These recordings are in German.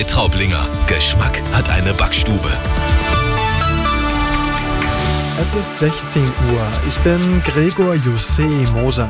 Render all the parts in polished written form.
Traublinger. Geschmack hat eine Backstube. Es ist 16 Uhr. Ich bin Gregor Jussé Moser.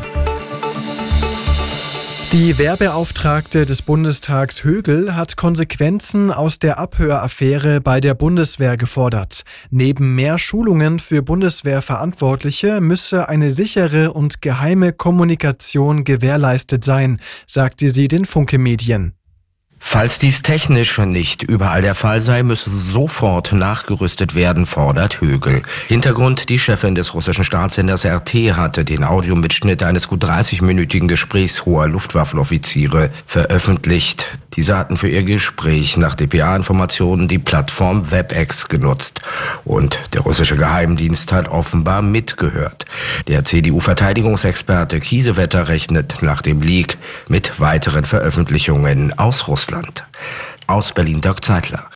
Die Wehrbeauftragte des Bundestags Högel hat Konsequenzen aus der Abhöraffäre bei der Bundeswehr gefordert. Neben mehr Schulungen für Bundeswehrverantwortliche müsse eine sichere und geheime Kommunikation gewährleistet sein, sagte sie den Funke-Medien. Falls dies technisch nicht überall der Fall sei, müsse sofort nachgerüstet werden, fordert Högel. Hintergrund: Die Chefin des russischen Staatssenders RT hatte den Audiomitschnitt eines gut 30-minütigen Gesprächs hoher Luftwaffenoffiziere veröffentlicht. Diese hatten für ihr Gespräch nach dpa-Informationen die Plattform WebEx genutzt. Und der russische Geheimdienst hat offenbar mitgehört. Der CDU-Verteidigungsexperte Kiesewetter rechnet nach dem Leak mit weiteren Veröffentlichungen aus Russland. Aus Berlin Dirk Zeitler.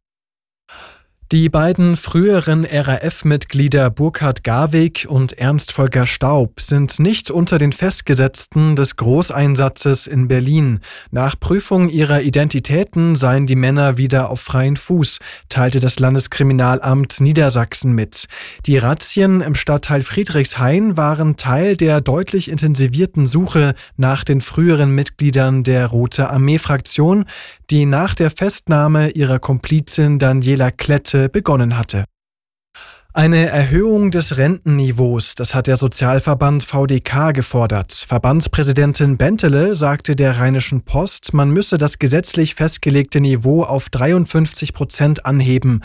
Die beiden früheren RAF-Mitglieder Burkhard Garwig und Ernst Volker Staub sind nicht unter den Festgesetzten des Großeinsatzes in Berlin. Nach Prüfung ihrer Identitäten seien die Männer wieder auf freien Fuß, teilte das Landeskriminalamt Niedersachsen mit. Die Razzien im Stadtteil Friedrichshain waren Teil der deutlich intensivierten Suche nach den früheren Mitgliedern der Rote Armee-Fraktion, die nach der Festnahme ihrer Komplizin Daniela Klette begonnen hatte. Eine Erhöhung des Rentenniveaus, das hat der Sozialverband VDK gefordert. Verbandspräsidentin Bentele sagte der Rheinischen Post, man müsse das gesetzlich festgelegte Niveau auf 53% anheben.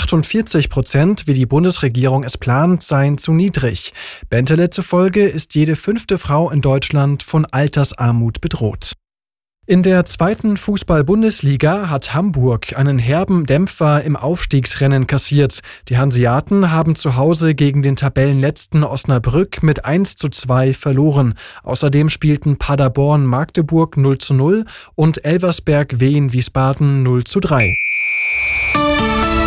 48%, wie die Bundesregierung es plant, seien zu niedrig. Bentele zufolge ist jede 5. Frau in Deutschland von Altersarmut bedroht. In der 2. Fußball-Bundesliga hat Hamburg einen herben Dämpfer im Aufstiegsrennen kassiert. Die Hanseaten haben zu Hause gegen den Tabellenletzten Osnabrück mit 1:2 verloren. Außerdem spielten Paderborn Magdeburg 0:0 und Elversberg Wien Wiesbaden 0:3.